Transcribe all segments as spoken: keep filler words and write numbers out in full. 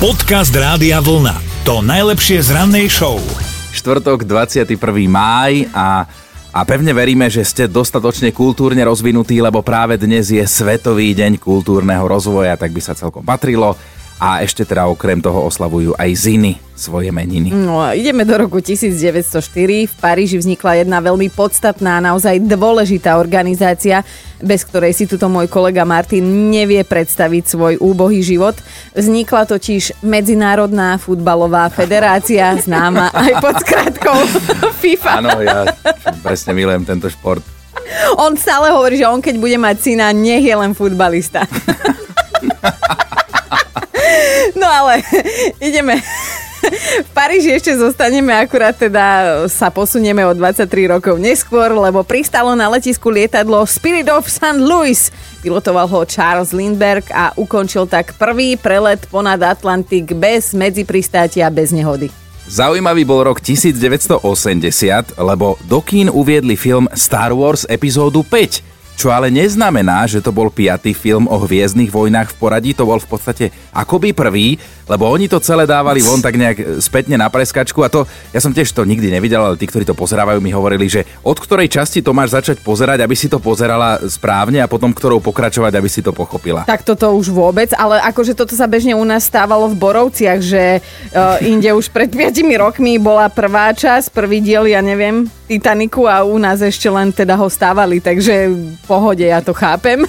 Podcast Rádia Vlna. To najlepšie z rannej show. Štvrtok, dvadsiateho prvého mája a, a pevne veríme, že ste dostatočne kultúrne rozvinutí, lebo práve dnes je Svetový deň kultúrneho rozvoja, tak by sa celkom patrilo. A ešte teda okrem toho oslavujú aj Ziny svoje meniny. No a ideme do roku devätnásťstoštyri. V Paríži vznikla jedna veľmi podstatná, naozaj dôležitá organizácia, bez ktorej si tuto môj kolega Martin nevie predstaviť svoj úbohý život. Vznikla totiž Medzinárodná futbalová federácia, známa aj pod skratkou FIFA. Áno, ja presne milujem tento šport. On stále hovorí, že on keď bude mať syna, nech je len futbalista. No ale ideme. V Paríži ešte zostaneme, akurát teda sa posunieme o dvadsaťtri rokov neskôr, lebo pristalo na letisku lietadlo Spirit of Saint Louis. Pilotoval ho Charles Lindbergh a ukončil tak prvý prelet ponad Atlantik bez medzipristátia, bez nehody. Zaujímavý bol rok devätnásťstoosemdesiat, lebo do kín uviedli film Star Wars epizódu päť. Čo ale neznamená, že to bol piaty film o hviezdnych vojnách v poradí, to bol v podstate akoby prvý, lebo oni to celé dávali von tak nejak spätne na preskačku a to, ja som tiež to nikdy nevidel, ale tí, ktorí to pozerávajú, mi hovorili, že od ktorej časti to máš začať pozerať, aby si to pozerala správne a potom ktorou pokračovať, aby si to pochopila. Tak toto už vôbec, ale akože toto sa bežne u nás stávalo v Borovciach, že uh, inde už pred piatimi rokmi bola prvá časť, prvý diel, ja neviem, Titaniku a u nás ešte len teda ho stávali, takže v pohode, ja to chápem.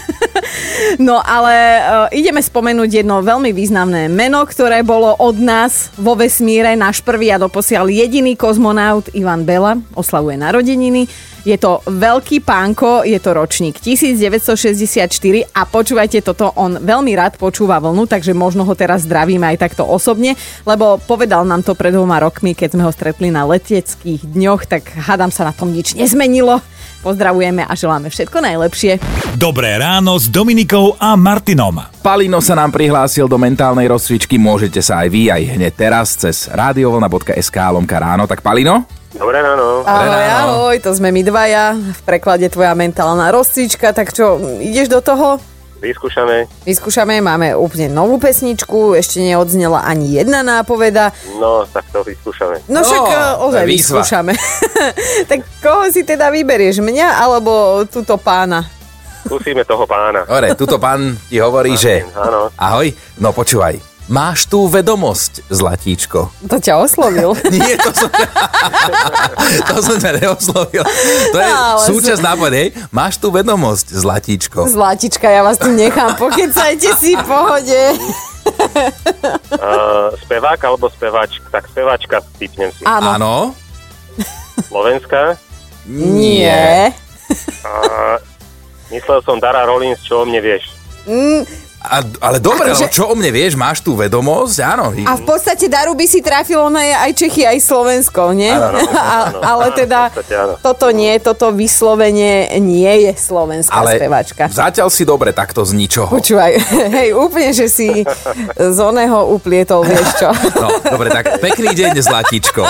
No ale uh, ideme spomenúť jedno veľmi významné meno, ktoré bolo od nás vo vesmíre, náš prvý a doposiaľ jediný kozmonaut Ivan Bela, oslavuje narodeniny. Je to veľký pánko, je to ročník devätnásťstošesťdesiatštyri a počúvajte toto, on veľmi rád počúva Vlnu, takže možno ho teraz zdravíme aj takto osobne, lebo povedal nám to pred dvoma rokmi, keď sme ho stretli na leteckých dňoch, tak hádam sa na tom nič nezmenilo. Pozdravujeme a želáme všetko najlepšie. Dobré ráno s Dominikou a Martinom. Palino sa nám prihlásil do mentálnej rozcvičky, môžete sa aj vy aj hneď teraz cez radiovlna bodka es ká lomka ráno. Tak Palino? Dobré ráno. Ahoj, ahoj, to sme my dvaja. V preklade tvoja mentálna rozcvička, tak čo, ideš do toho? Vyskúšame. Vyskúšame, máme úplne novú pesničku, ešte neodznela ani jedna nápoveda. No, tak to vyskúšame. No však no, ozaj vyskúšame. Tak koho si teda vyberieš, mňa alebo túto pána? Skúsime toho pána. Dobre, túto pán ti hovorí, Martin, že... Áno. Ahoj, no počúvaj. Máš tú vedomosť, Zlatíčko. To ťa oslovil? Nie, to som... to som ťa neoslovil. To je no, súčasť nápad, hej? Máš tú vedomosť, Zlatíčko. Zlatíčka, ja vás tu nechám. Pokecajte si v pohode. uh, spevák alebo speváčka? Tak speváčka typnem si. Áno. Áno. Slovenská? Nie. Uh, myslel som Dara Rollins, čo o mne vieš? Mm. A, ale dobre, že... čo o mne vieš, máš tú vedomosť, áno. A v podstate Daru by si trafil, ona je aj Čechy, aj Slovensko, nie? Áno, áno, áno, ale áno, teda podstate, áno. Toto nie, toto vyslovene nie je slovenská ale speváčka. Zatiaľ si dobre takto z ničoho. Počúvaj, hej, úplne, že si z oného uplietol, vieš čo. No, dobre, tak pekný deň, Zlatíčko.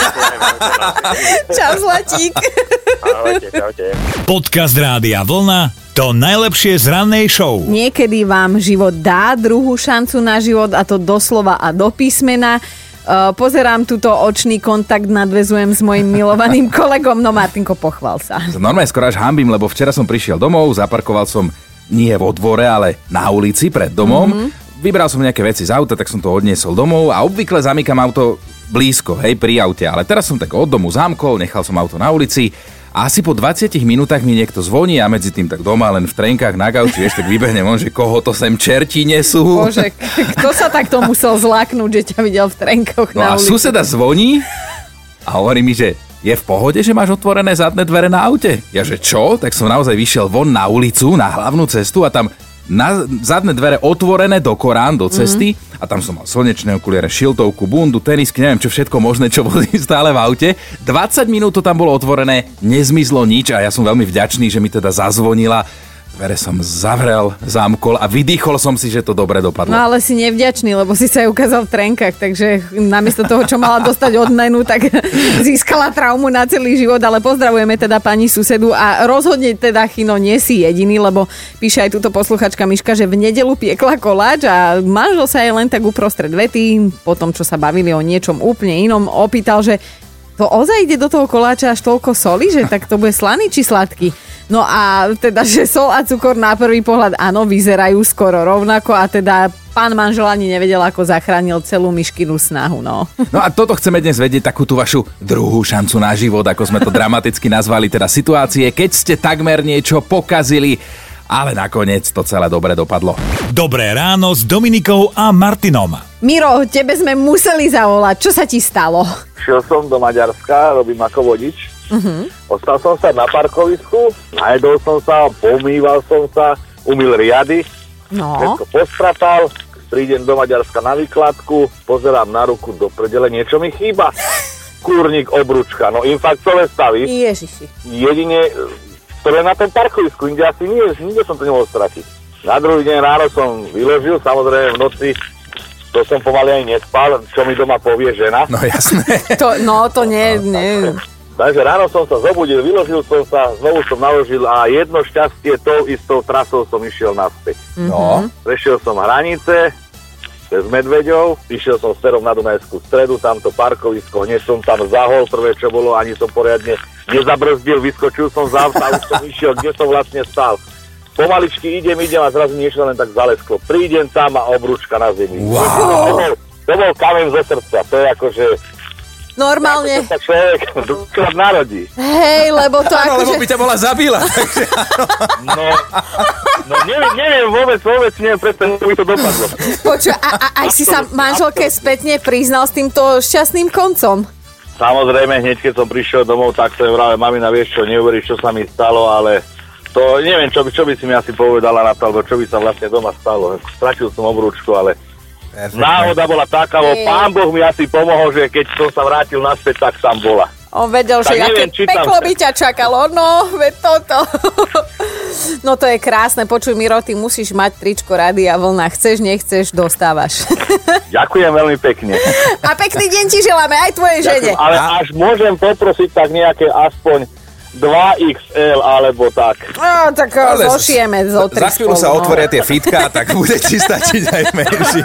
Čau, Zlatík. Ahojte, čaute. Podcast Rádia Vlna. To najlepšie z rannej show. Niekedy vám život dá druhú šancu na život a to doslova a do písmena. Uh, pozerám túto očný kontakt, nadväzujem s mojim milovaným kolegom. No Martinko, pochvál sa. Normálne skoro až hambím, lebo včera som prišiel domov, zaparkoval som nie vo dvore, ale na ulici pred domom. Mm-hmm. Vybral som nejaké veci z auta, tak som to odniesol domov a obvykle zamykam auto blízko, hej, pri aute. Ale teraz som tak od domu zamkol, nechal som auto na ulici. A asi po dvadsiatich minútach mi niekto zvoní a medzi tým tak doma len v trenkách na gauči, vieš, tak vybehnem on, že koho to sem čerti nesú. Bože, kto sa takto musel zláknuť, že ťa videl v trenkoch no na a ulici? suseda zvoní a hovorí mi, že je v pohode, že máš otvorené zadné dvere na aute? Ja, že čo? Tak som naozaj vyšiel von na ulicu, na hlavnú cestu a tam na zadné dvere otvorené do Korán, do cesty mm-hmm. a tam som mal slnečné okuliare, šiltovku, bundu, tenisky, neviem čo všetko možné, čo vozím stále v aute. dvadsať minút to tam bolo otvorené, nezmizlo nič a ja som veľmi vďačný, že mi teda zazvonila Vere som zavrel, zamkol a vydýchol som si, že to dobre dopadlo. No ale si nevďačný, lebo si sa jej ukázal v trenkách, takže namiesto toho, čo mala dostať odmenu, tak získala traumu na celý život, ale pozdravujeme teda pani susedu a rozhodne teda, Chino, nie si jediný, lebo píše aj túto posluchačka Miška, že v nedeľu piekla koláč a manžel sa jej len tak uprostred vety, po tom, čo sa bavili o niečom úplne inom, opýtal, že to ozaj ide do toho koláča až toľko soli, že tak to bude slaný či sladký? No a teda, že sol a cukor na prvý pohľad áno, vyzerajú skoro rovnako a teda pán manžel ani nevedel, ako zachránil celú Miškinu snahu, no. No a toto chceme dnes vedieť, takú tú vašu druhú šancu na život, ako sme to dramaticky nazvali, teda situácie, keď ste takmer niečo pokazili, ale nakoniec to celé dobre dopadlo. Dobré ráno s Dominikou a Martinom. Miro, tebe sme museli zavolať. Čo sa ti stalo? Šiel som do Maďarska, robím ako vodič. Uh-huh. Ostal som sa na parkovisku, najedol som sa, pomýval som sa, umyl riady, no. všetko pospratal, prídem do Maďarska na výkladku, pozerám na ruku do prdele, niečo mi chýba. Kúrnik, obručka, no infarktové stavy. Ježiši. Jedine, to je na tom parkovisku, inde asi nie, nikde som to nemohol stratiť. Na druhý deň ráno som vyložil, samozrejme v noci, to som pomaly aj nespal, čo mi doma povie žena. No jasné. To, no to nie, nie. Takže ráno som sa zobudil, vyložil som sa, znovu som naložil a jedno šťastie tou istou trasou som išiel naspäť. No. Prešiel som hranice, cez Medveďov, išiel som smerom na Dunajskú stredu, tamto parkovisko, hneď som tam zahol, prvé čo bolo, ani som poriadne nezabrzdil, vyskočil som z auta, už som išiel, kde som vlastne stál. Pomaličky idem, idem a zrazu niečo len tak zalesklo. Prídem tam a obručka na zemi. Wow. To bol, to bol kameň zo srdca, to je akože... Normálne. Ako sa človek dvakrát narodí. Hej, lebo to Áno, akože... lebo by ťa bola zabila. No, no neviem, neviem vôbec, vôbec neviem predstaviť, ako by to dopadlo. Počuj, a, a aj si sa manželke spätne priznal s týmto šťastným koncom? Samozrejme, hneď keď som prišiel domov, tak som vravel, mamina, vieš čo, neuveríš, čo sa mi stalo, ale to neviem, čo by, čo by si mi asi povedala na to, alebo čo by sa vlastne doma stalo. Stratil som obrúčku, ale perfect. Náhoda bola taká, lebo pán Boh mi asi pomohol, že keď som sa vrátil naspäť, tak tam bola. On vedel, tak že neviem, aké peklo by ťa čakalo. No, veď toto. No to je krásne. Počuj, Miro, ty musíš mať tričko Rádia Vlna. Chceš, nechceš, dostávaš. Ďakujem veľmi pekne. A pekný deň ti želáme aj tvojej žene. Ale až môžem poprosiť tak nejaké aspoň dva iks el alebo tak. No, tak ale zošijeme zo tri za chvíľu spolu, sa no. otvoria tie fitka, tak bude ti stačiť aj menšie.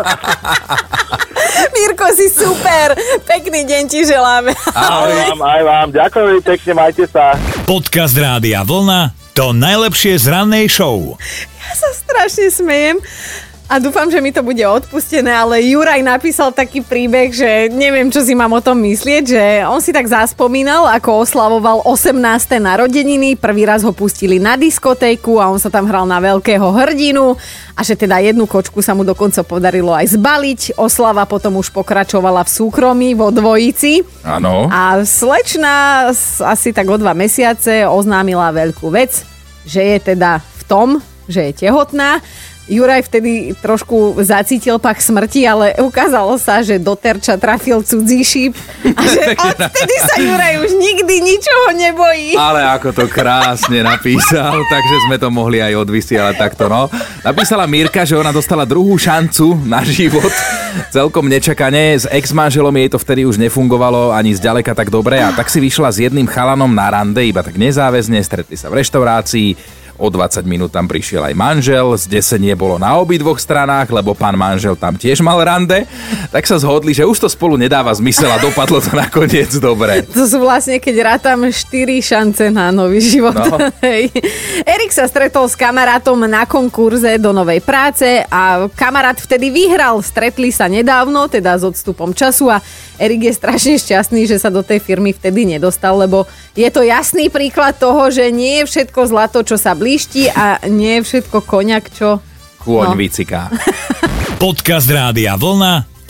Mirko, si super. Pekný deň ti želáme. Ahoj. Aj vám, aj vám. Ďakujem veľmi pekne, majte sa. Podcast Rádia Vlna, to najlepšie z rannej show. Ja sa strašne smejem. A dúfam, že mi to bude odpustené, ale Juraj napísal taký príbeh, že neviem, čo si mám o tom myslieť, že on si tak zaspomínal, ako oslavoval osemnáste narodeniny, prvý raz ho pustili na diskotéku a on sa tam hral na veľkého hrdinu a že teda jednu kočku sa mu dokonca podarilo aj zbaliť. Oslava potom už pokračovala v súkromí vo dvojici. Áno. A slečna asi tak o dva mesiace oznámila veľkú vec, že je teda v tom, že je tehotná. Juraj vtedy trošku zacítil pach smrti, ale ukázalo sa, že do terča trafil cudzí šíp a že odtedy sa Juraj už nikdy ničoho nebojí. Ale ako to krásne napísal, takže sme to mohli aj odvysielať takto, no. Napísala Mirka, že ona dostala druhú šancu na život, celkom nečakane. S ex-manželom jej to vtedy už nefungovalo ani zďaleka tak dobre a tak si vyšla s jedným chalanom na rande, iba tak nezáväzne, stretli sa v reštaurácii. O dvadsať minút tam prišiel aj manžel, zdesenie bolo na obidvoch stranách, lebo pán manžel tam tiež mal rande, tak sa zhodli, že už to spolu nedáva zmysel a dopadlo to nakoniec dobre. To sú vlastne, keď rátam štyri šance na nový život. No. Erik sa stretol s kamarátom na konkurze do novej práce a kamarát vtedy vyhral. Stretli sa nedávno, teda s odstupom času a Erik je strašne šťastný, že sa do tej firmy vtedy nedostal, lebo je to jasný príklad toho, že nie je všetko zlato, čo sa blíšti a nie je všetko koňak, čo... Kôň no. vyciká. Podcast Rádia Vlna,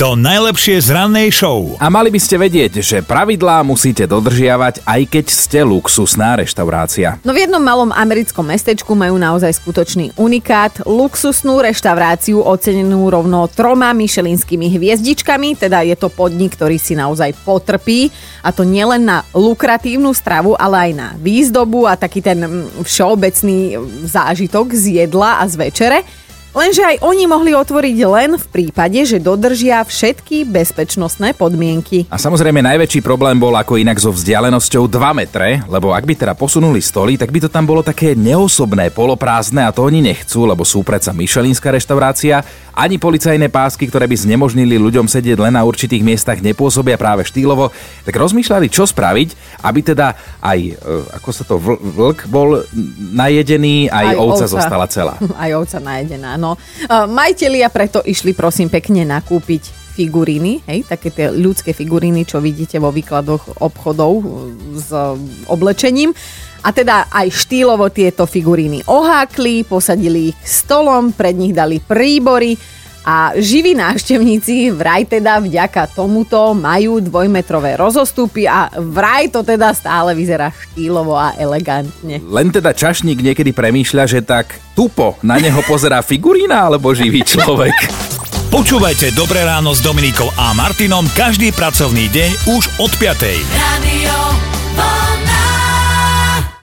To najlepšie z rannej show. A mali by ste vedieť, že pravidlá musíte dodržiavať, aj keď ste luxusná reštaurácia. No v jednom malom americkom mestečku majú naozaj skutočný unikát, luxusnú reštauráciu ocenenú rovno troma michelinskými hviezdičkami, teda je to podnik, ktorý si naozaj potrpí, a to nielen na lukratívnu stravu, ale aj na výzdobu a taký ten všeobecný zážitok z jedla a z večere. Lenže aj oni mohli otvoriť len v prípade, že dodržia všetky bezpečnostné podmienky. A samozrejme najväčší problém bol ako inak so vzdialenosťou dva metre, lebo ak by teda posunuli stoly, tak by to tam bolo také neosobné, poloprázdne, a to oni nechcú, lebo sú predsa michelinská reštaurácia. Ani policajné pásky, ktoré by znemožnili ľuďom sedieť len na určitých miestach, nepôsobia práve štýlovo. Tak rozmýšľali, čo spraviť, aby teda aj, ako sa to, vlk bol najedený, aj, aj ovca, ovca zostala celá. Aj ovca najedená, no. Majitelia preto išli, prosím, pekne nakúpiť figuríny, hej, také tie ľudské figuríny, čo vidíte vo výkladoch obchodov s oblečením. A teda aj štýlovo tieto figuríny ohákli, posadili ich k stolom, pred nich dali príbory a živí návštevníci vraj teda vďaka tomuto majú dvojmetrové rozostupy a vraj to teda stále vyzerá štýlovo a elegantne. Len teda čašník niekedy premýšľa, že tak tupo na neho pozerá figurína alebo živý človek. Počúvajte Dobré ráno s Dominikou a Martinom každý pracovný deň už od piatej. Radio